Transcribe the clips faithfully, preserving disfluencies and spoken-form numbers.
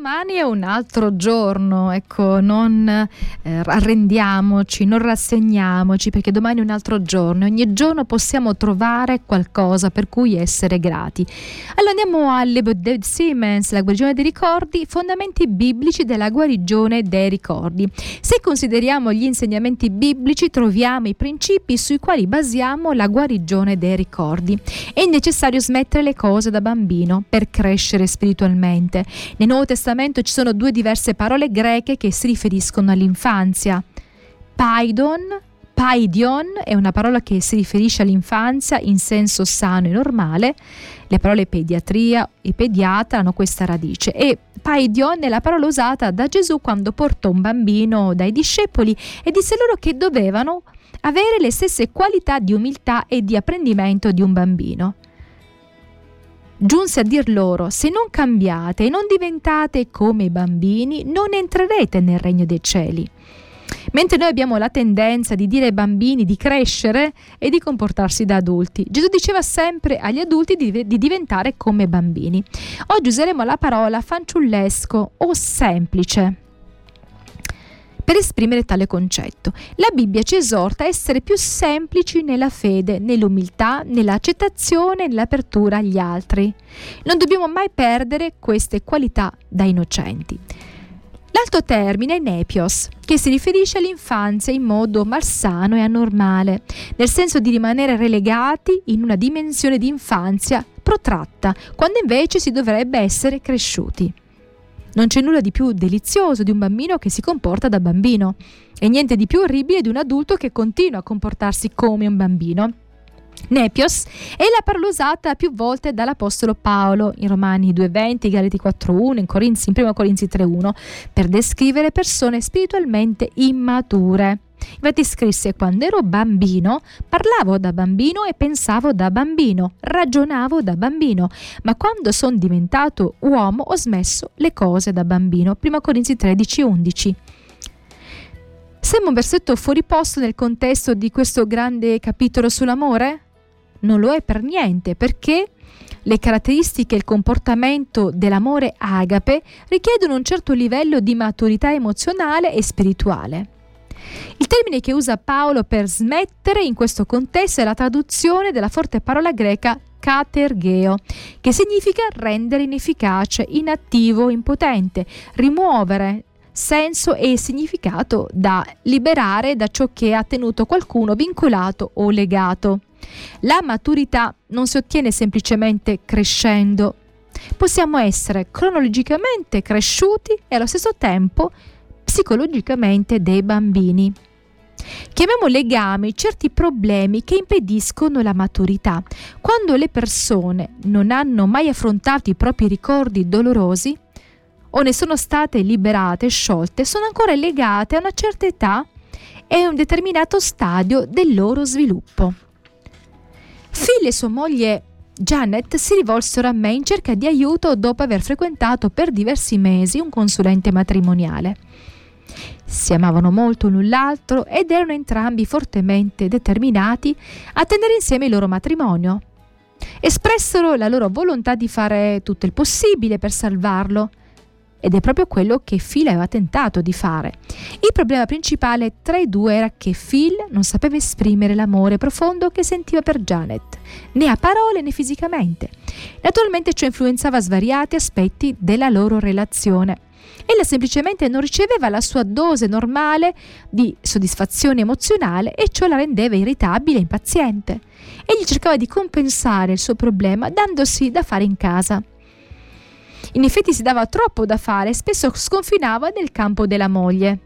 domani è un altro giorno, ecco, non eh, arrendiamoci, non rassegniamoci, perché domani è un altro giorno e ogni giorno possiamo trovare qualcosa per cui essere grati. Allora andiamo al libro di David Simmons, La guarigione dei ricordi, fondamenti biblici della guarigione dei ricordi. Se consideriamo gli insegnamenti biblici troviamo i principi sui quali basiamo la guarigione dei ricordi. È necessario smettere le cose da bambino per crescere spiritualmente. Nel Nuovo Testamento ci sono due diverse parole greche che si riferiscono all'infanzia. Paidon, paidion è una parola che si riferisce all'infanzia in senso sano e normale. Le parole pediatria e pediatra hanno questa radice, e paidion è la parola usata da Gesù quando portò un bambino dai discepoli e disse loro che dovevano avere le stesse qualità di umiltà e di apprendimento di un bambino. Giunse a dir loro: se non cambiate e non diventate come i bambini, non entrerete nel regno dei cieli. Mentre noi abbiamo la tendenza di dire ai bambini di crescere e di comportarsi da adulti, Gesù diceva sempre agli adulti di, di diventare come bambini. Oggi useremo la parola fanciullesco o semplice per esprimere tale concetto. La Bibbia ci esorta a essere più semplici nella fede, nell'umiltà, nell'accettazione e nell'apertura agli altri. Non dobbiamo mai perdere queste qualità da innocenti. L'altro termine è nepios, che si riferisce all'infanzia in modo malsano e anormale, nel senso di rimanere relegati in una dimensione di infanzia protratta, quando invece si dovrebbe essere cresciuti. Non c'è nulla di più delizioso di un bambino che si comporta da bambino e niente di più orribile di un adulto che continua a comportarsi come un bambino. Nepios è la parola usata più volte dall'Apostolo Paolo in Romani due venti, Galati quattro uno, in, Corinzi, in primo Corinzi tre uno, per descrivere persone spiritualmente immature. Infatti scrisse: quando ero bambino parlavo da bambino e pensavo da bambino, ragionavo da bambino, ma quando sono diventato uomo ho smesso le cose da bambino. primo Corinzi tredici undici. Sembra un versetto fuori posto nel contesto di questo grande capitolo sull'amore? Non lo è per niente, perché le caratteristiche e il comportamento dell'amore agape richiedono un certo livello di maturità emozionale e spirituale. Il termine che usa Paolo per smettere in questo contesto è la traduzione della forte parola greca katergeo, che significa rendere inefficace, inattivo, impotente, rimuovere senso e significato da liberare da ciò che ha tenuto qualcuno vincolato o legato. La maturità non si ottiene semplicemente crescendo. Possiamo essere cronologicamente cresciuti e allo stesso tempo psicologicamente dei bambini. Chiamiamo legami certi problemi che impediscono la maturità. Quando le persone non hanno mai affrontato i propri ricordi dolorosi o ne sono state liberate e sciolte, sono ancora legate a una certa età e a un determinato stadio del loro sviluppo. Phil e sua moglie Janet si rivolsero a me in cerca di aiuto dopo aver frequentato per diversi mesi un consulente matrimoniale. Si amavano molto l'un l'altro ed erano entrambi fortemente determinati a tenere insieme il loro matrimonio. Espressero la loro volontà di fare tutto il possibile per salvarlo, ed è proprio quello che Phil aveva tentato di fare. Il problema principale tra i due era che Phil non sapeva esprimere l'amore profondo che sentiva per Janet, né a parole né fisicamente. Naturalmente ciò influenzava svariati aspetti della loro relazione. Ella semplicemente non riceveva la sua dose normale di soddisfazione emozionale e ciò la rendeva irritabile e impaziente. Egli cercava di compensare il suo problema dandosi da fare in casa. In effetti si dava troppo da fare e spesso sconfinava nel campo della moglie.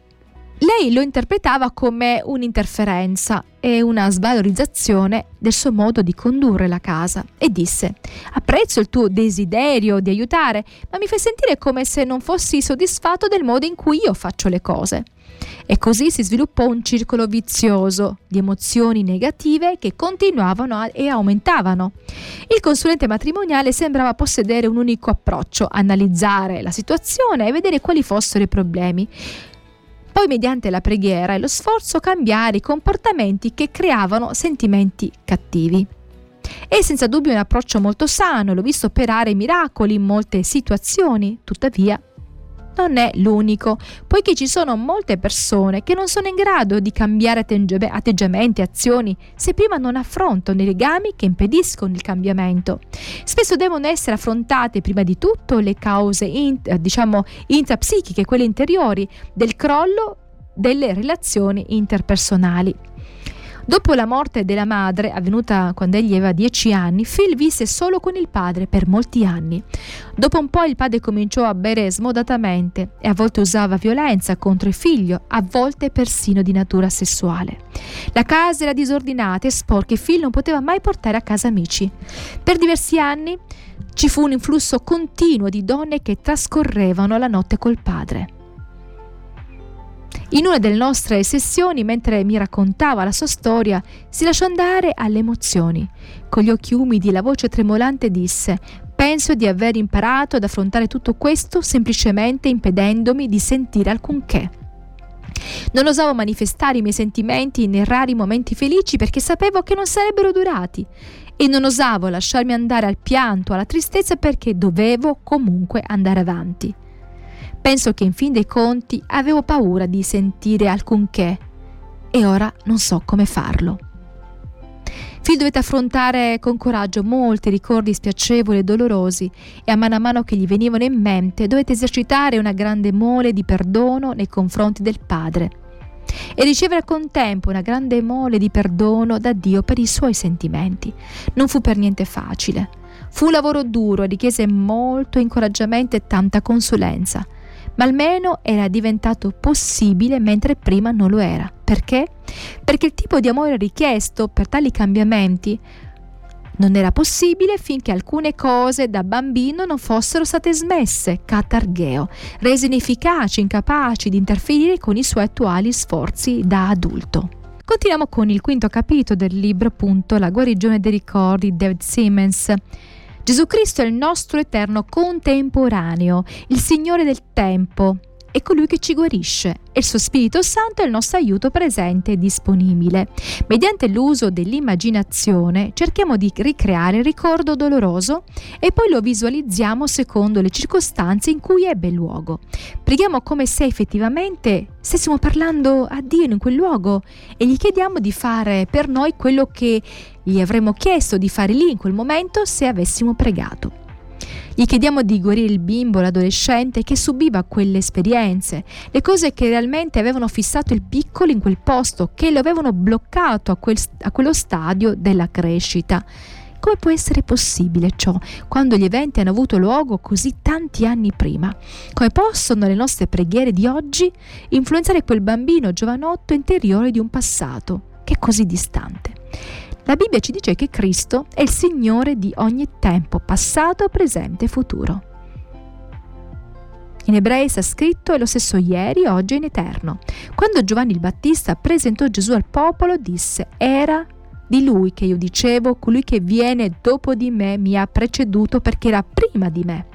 Lei lo interpretava come un'interferenza e una svalorizzazione del suo modo di condurre la casa e disse: apprezzo il tuo desiderio di aiutare, ma mi fai sentire come se non fossi soddisfatto del modo in cui io faccio le cose. E così si sviluppò un circolo vizioso di emozioni negative che continuavano a- e aumentavano. Il consulente matrimoniale sembrava possedere un unico approccio: analizzare la situazione e vedere quali fossero i problemi. Poi, mediante la preghiera e lo sforzo, cambiare i comportamenti che creavano sentimenti cattivi. È senza dubbio un approccio molto sano, l'ho visto operare miracoli in molte situazioni, tuttavia non è l'unico, poiché ci sono molte persone che non sono in grado di cambiare atteggi- atteggiamenti, azioni, se prima non affrontano i legami che impediscono il cambiamento. Spesso devono essere affrontate prima di tutto le cause in, diciamo intrapsichiche, quelle interiori, del crollo delle relazioni interpersonali. Dopo la morte della madre, avvenuta quando egli aveva dieci anni, Phil visse solo con il padre per molti anni. Dopo un po' il padre cominciò a bere smodatamente e a volte usava violenza contro il figlio, a volte persino di natura sessuale. La casa era disordinata e sporca e Phil non poteva mai portare a casa amici. Per diversi anni ci fu un influsso continuo di donne che trascorrevano la notte col padre. In una delle nostre sessioni, mentre mi raccontava la sua storia, si lasciò andare alle emozioni. Con gli occhi umidi e la voce tremolante disse: «Penso di aver imparato ad affrontare tutto questo semplicemente impedendomi di sentire alcunché. Non osavo manifestare i miei sentimenti nei rari momenti felici perché sapevo che non sarebbero durati e non osavo lasciarmi andare al pianto, alla tristezza perché dovevo comunque andare avanti. Penso che in fin dei conti avevo paura di sentire alcunché e ora non so come farlo». Phil dovette affrontare con coraggio molti ricordi spiacevoli e dolorosi e a mano a mano che gli venivano in mente dovette esercitare una grande mole di perdono nei confronti del padre e ricevere al contempo una grande mole di perdono da Dio per i suoi sentimenti. Non fu per niente facile. Fu un lavoro duro e richiese molto incoraggiamento e tanta consulenza. Ma almeno era diventato possibile mentre prima non lo era. Perché? Perché il tipo di amore richiesto per tali cambiamenti non era possibile finché alcune cose da bambino non fossero state smesse, catargheo, rese inefficaci, incapaci di interferire con i suoi attuali sforzi da adulto. Continuiamo con il quinto capitolo del libro, appunto, La guarigione dei ricordi di David Simmons. Gesù Cristo è il nostro eterno contemporaneo, il Signore del tempo, è colui che ci guarisce e il suo Spirito Santo è il nostro aiuto presente e disponibile. Mediante l'uso dell'immaginazione cerchiamo di ricreare il ricordo doloroso e poi lo visualizziamo secondo le circostanze in cui ebbe luogo. Preghiamo come se effettivamente stessimo parlando a Dio in quel luogo e gli chiediamo di fare per noi quello che gli avremmo chiesto di fare lì in quel momento se avessimo pregato. Gli chiediamo di guarire il bimbo, l'adolescente che subiva quelle esperienze, le cose che realmente avevano fissato il piccolo in quel posto, che lo avevano bloccato a, quel, a quello stadio della crescita. Come può essere possibile ciò quando gli eventi hanno avuto luogo così tanti anni prima? Come possono le nostre preghiere di oggi influenzare quel bambino giovanotto interiore di un passato che è così distante? La Bibbia ci dice che Cristo è il Signore di ogni tempo, passato, presente e futuro. In Ebrei sta scritto: è lo stesso ieri, oggi e in eterno. Quando Giovanni il Battista presentò Gesù al popolo, disse: era di lui che io dicevo, colui che viene dopo di me mi ha preceduto perché era prima di me.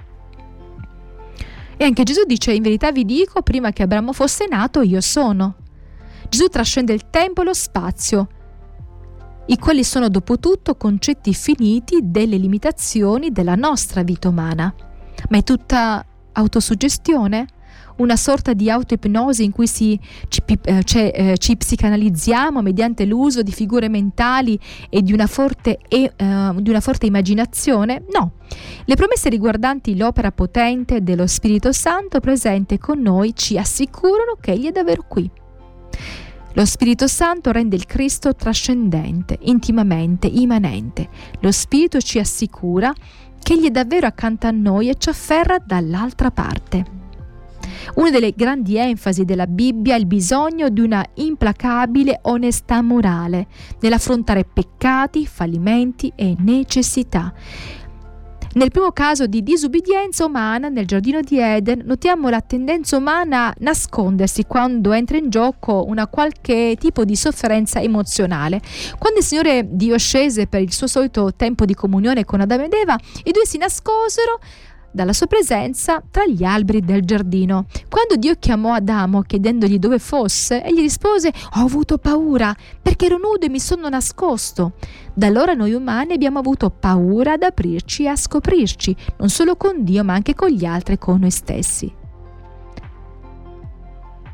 E anche Gesù dice: in verità vi dico, prima che Abramo fosse nato io sono. Gesù trascende il tempo e lo spazio, i quali sono dopo tutto concetti finiti delle limitazioni della nostra vita umana. Ma è tutta autosuggestione? Una sorta di autoipnosi in cui si, ci, eh, cioè, eh, ci psicanalizziamo mediante l'uso di figure mentali e di una forte, e, eh, di una forte immaginazione? No. Le promesse riguardanti l'opera potente dello Spirito Santo presente con noi ci assicurano che Egli è davvero qui. Lo Spirito Santo rende il Cristo trascendente, intimamente, immanente. Lo Spirito ci assicura che Egli è davvero accanto a noi e ci afferra dall'altra parte. Una delle grandi enfasi della Bibbia è il bisogno di una implacabile onestà morale nell'affrontare peccati, fallimenti e necessità. Nel primo caso di disubbidienza umana nel giardino di Eden notiamo la tendenza umana a nascondersi quando entra in gioco una qualche tipo di sofferenza emozionale. Quando il Signore Dio scese per il suo solito tempo di comunione con Adamo ed Eva, i due si nascosero dalla sua presenza tra gli alberi del giardino. Quando Dio chiamò Adamo chiedendogli dove fosse, egli rispose: ho avuto paura perché ero nudo e mi sono nascosto. Da allora noi umani abbiamo avuto paura ad aprirci e a scoprirci, non solo con Dio ma anche con gli altri e con noi stessi.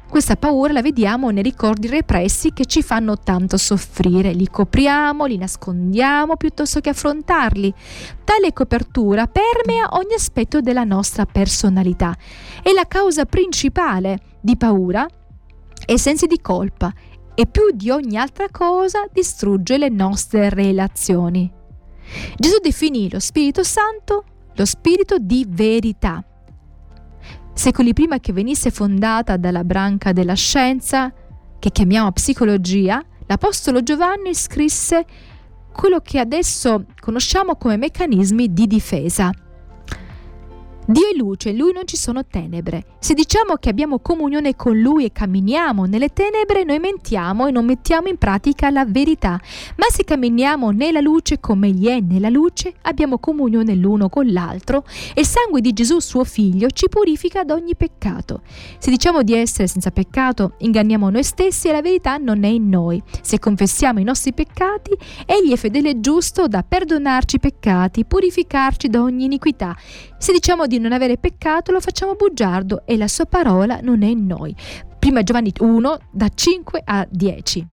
Questa paura la vediamo nei ricordi repressi che ci fanno tanto soffrire. Li copriamo, li nascondiamo piuttosto che affrontarli. Tale copertura permea ogni aspetto della nostra personalità. È la causa principale di paura e sensi di colpa, e più di ogni altra cosa distrugge le nostre relazioni. Gesù definì lo Spirito Santo lo Spirito di verità. Secoli prima che venisse fondata dalla branca della scienza, che chiamiamo psicologia, l'Apostolo Giovanni scrisse quello che adesso conosciamo come meccanismi di difesa. Dio è luce, in Lui non ci sono tenebre. Se diciamo che abbiamo comunione con Lui e camminiamo nelle tenebre, noi mentiamo e non mettiamo in pratica la verità. Ma se camminiamo nella luce come Egli è nella luce, abbiamo comunione l'uno con l'altro e il sangue di Gesù, suo Figlio, ci purifica da ogni peccato. Se diciamo di essere senza peccato, inganniamo noi stessi e la verità non è in noi. Se confessiamo i nostri peccati, Egli è fedele e giusto da perdonarci i peccati, purificarci da ogni iniquità. Se diciamo di non avere peccato, lo facciamo bugiardo e la sua parola non è in noi. Prima Giovanni uno, da cinque a dieci.